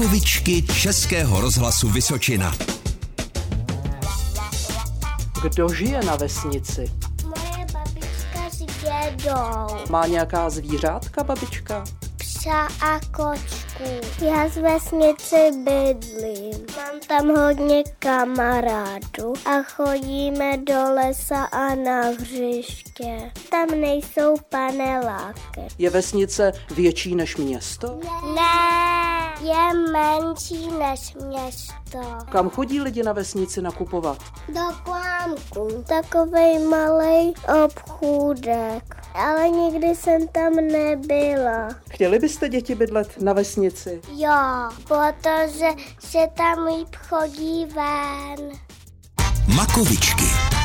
Makovičky Českého rozhlasu Vysočina. Kdo žije na vesnici? Moje babička s dědou. Má nějaká zvířátka babička? Psa a kočku. Já z vesnici bydlím. Mám tam hodně kamarádů a chodíme do lesa a na hřiště. Tam nejsou paneláky. Je vesnice větší než město? Ne, je menší než město. Kam chodí lidi na vesnici nakupovat? Do klámku. Takovej malej obchůdek. Ale nikdy jsem tam nebyla. Chtěli byste děti bydlet na vesnici? Jo, protože se tam líp chodí ven. Makovičky.